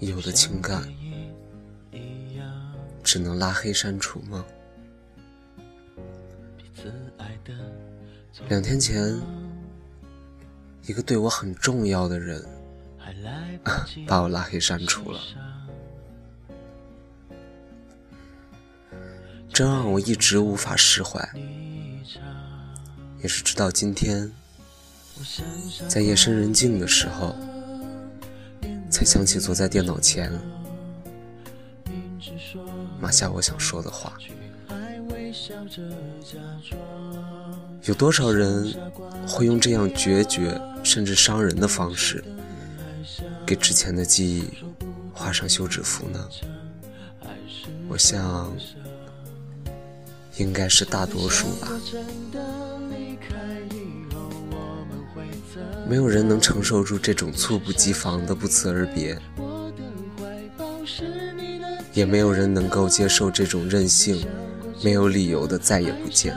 有的情感只能拉黑删除吗？2天前，一个对我很重要的人把我拉黑删除了，这让我一直无法释怀，也是直到今天，在夜深人静的时候，才想起坐在电脑前码下我想说的话。有多少人会用这样决绝甚至伤人的方式给之前的记忆画上休止符呢？我想应该是大多数吧。没有人能承受住这种猝不及防的不辞而别，也没有人能够接受这种任性没有理由的再也不见。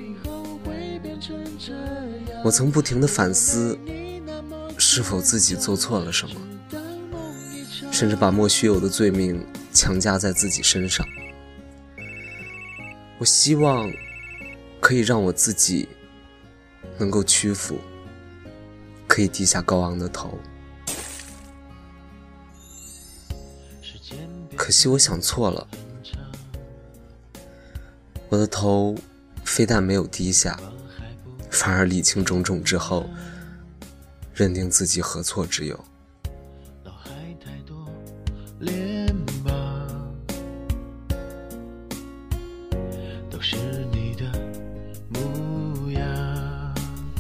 我曾不停地反思是否自己做错了什么，甚至把莫须有的罪名强加在自己身上。我希望可以让我自己能够屈服，可以低下高昂的头。可惜我想错了，我的头非但没有低下，反而理清种种之后，认定自己何错之有。 都是你的模样，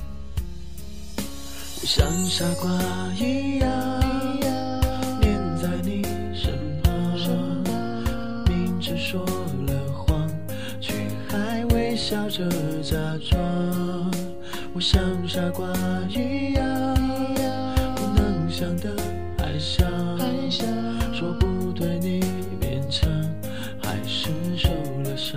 我像傻瓜一样黏在你身旁，明知说了谎，却还微笑着假装。我像傻瓜一样不能想的还想，说不对你勉强，还是受了伤。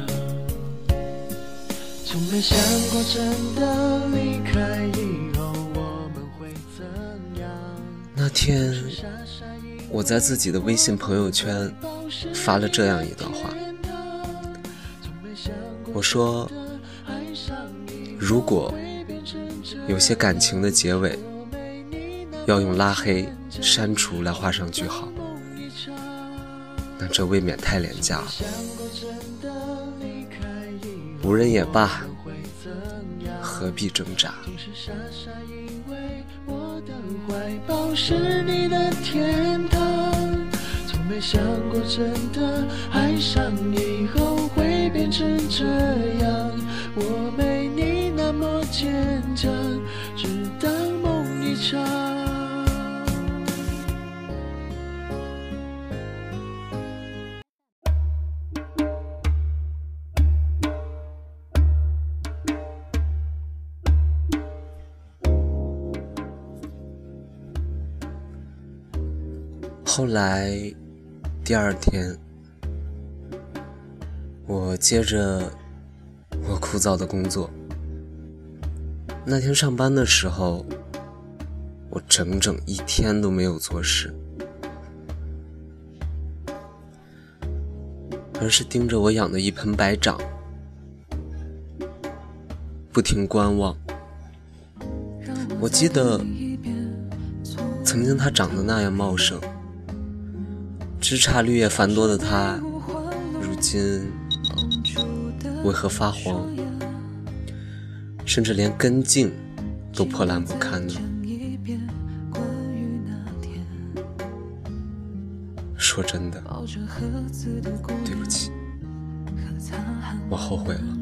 从没想过真的离开以后我们会怎样。 那天我在自己的微信朋友圈发了这样一段话，我说，如果有些感情的结尾要用拉黑删除来画上句号，那这未免太廉价了。无人也罢，何必挣扎？ 我的怀抱是你的天堂，从没想过真的爱上以后会变成这样。我没你那么坚强，只当梦一场。 后来第二天，我接着我枯燥的工作。那天上班的时候，我整整1天都没有做事，而是盯着我养的一盆白掌，不停观望。我记得曾经它长得那样茂盛，枝杈绿叶繁多的它，如今为何发黄，甚至连根茎都破烂不堪呢？说真的，对不起，我后悔了。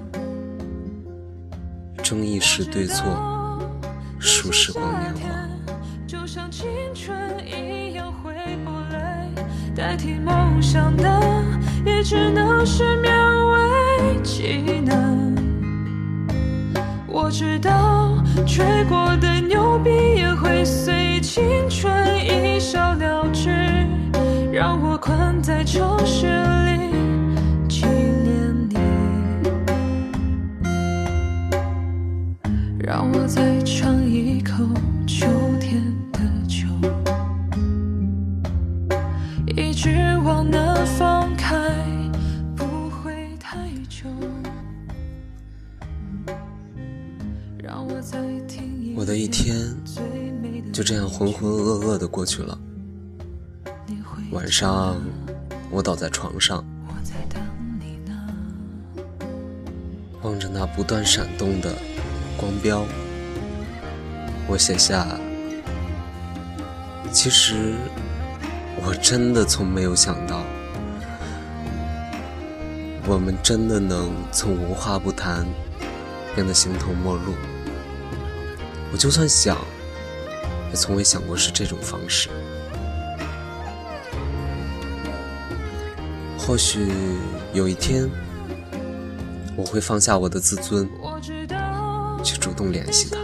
争一时对错，数时光年华， 就像青春一样回不来，代替梦想的也只能是勉为其难。我知道吹过的牛逼也会随青春一笑了之，让我困在城市里纪念你，让我再尝一口秋天的酒， 一直往南方开，不会太久。让我再听我的一天就这样浑浑噩噩地过去了。晚上我倒在床上，望着那不断闪动的光标，我写下，其实我真的从没有想到，我们真的能从无话不谈变得形同陌路。我就算想，也从未想过是这种方式。或许有一天，我会放下我的自尊，去主动联系他。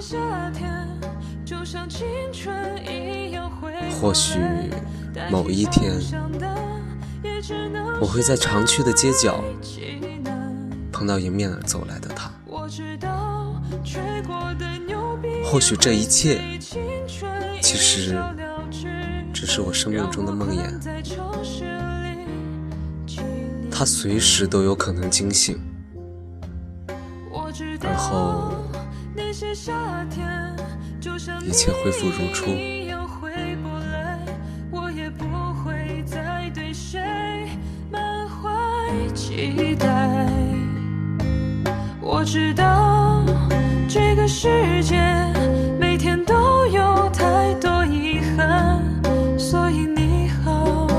或许某一天，我会在常去的街角碰到迎面而走来的他。或许这一切其实只是我生命中的梦魇，他随时都有可能惊醒，而后一切恢复如初。 期待，我知道这个世界每天都有太多遗憾，所以你好，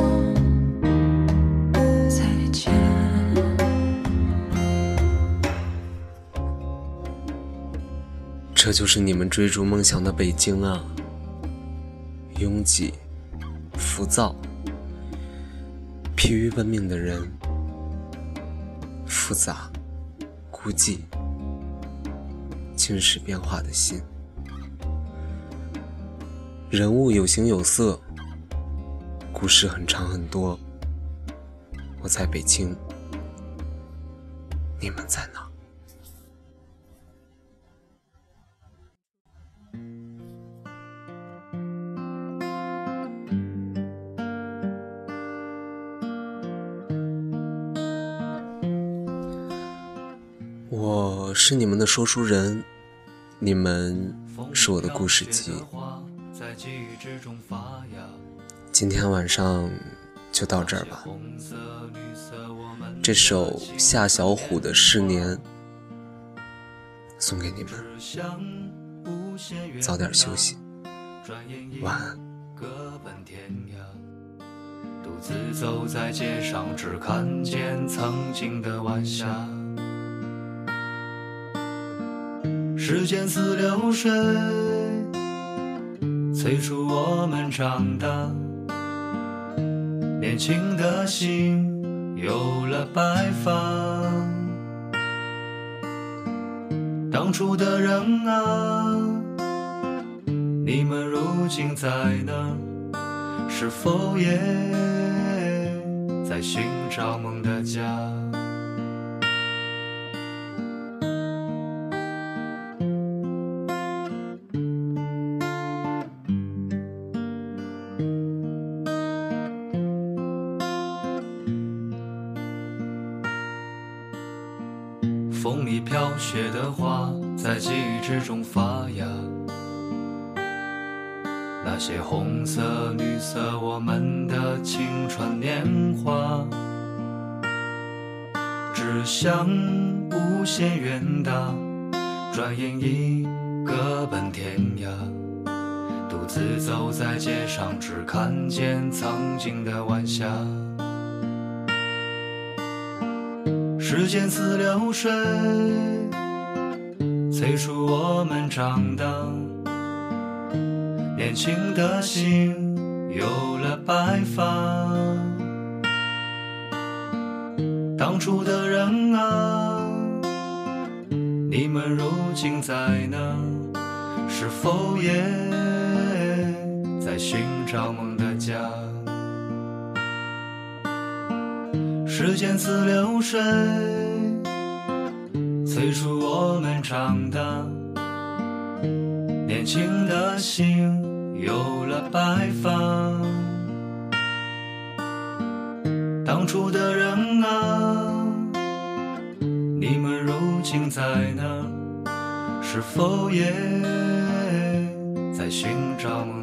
再见。 这就是你们追逐梦想的北京啊，拥挤、浮躁、疲于奔命的人，复杂、孤寂、侵蚀变化的心，人物有形有色，故事很长很多。我在北京，你们在哪？我是你们的说书人，你们是我的故事集。今天晚上就到这儿吧。这首夏小虎的《逝年》送给你们，早点休息，晚安。 独自走在街上，只看见曾经的晚霞。时间似流水，催促我们长大。年轻的心有了白发。当初的人啊，你们如今在哪？是否也在寻找梦的家？风里飘雪的花，在记忆之中发芽。那些红色绿色，我们的青春年华，只想无限远大，转眼已各奔天涯。独自走在街上，只看见曾经的晚霞。时间似流水，催促我们长大。年轻的心有了白发。当初的人啊，你们如今在哪？是否也在寻找梦的家？时间似流水，催促我们长大。年轻的心有了白发。 初的人啊，你们如今在哪？是否也在寻找梦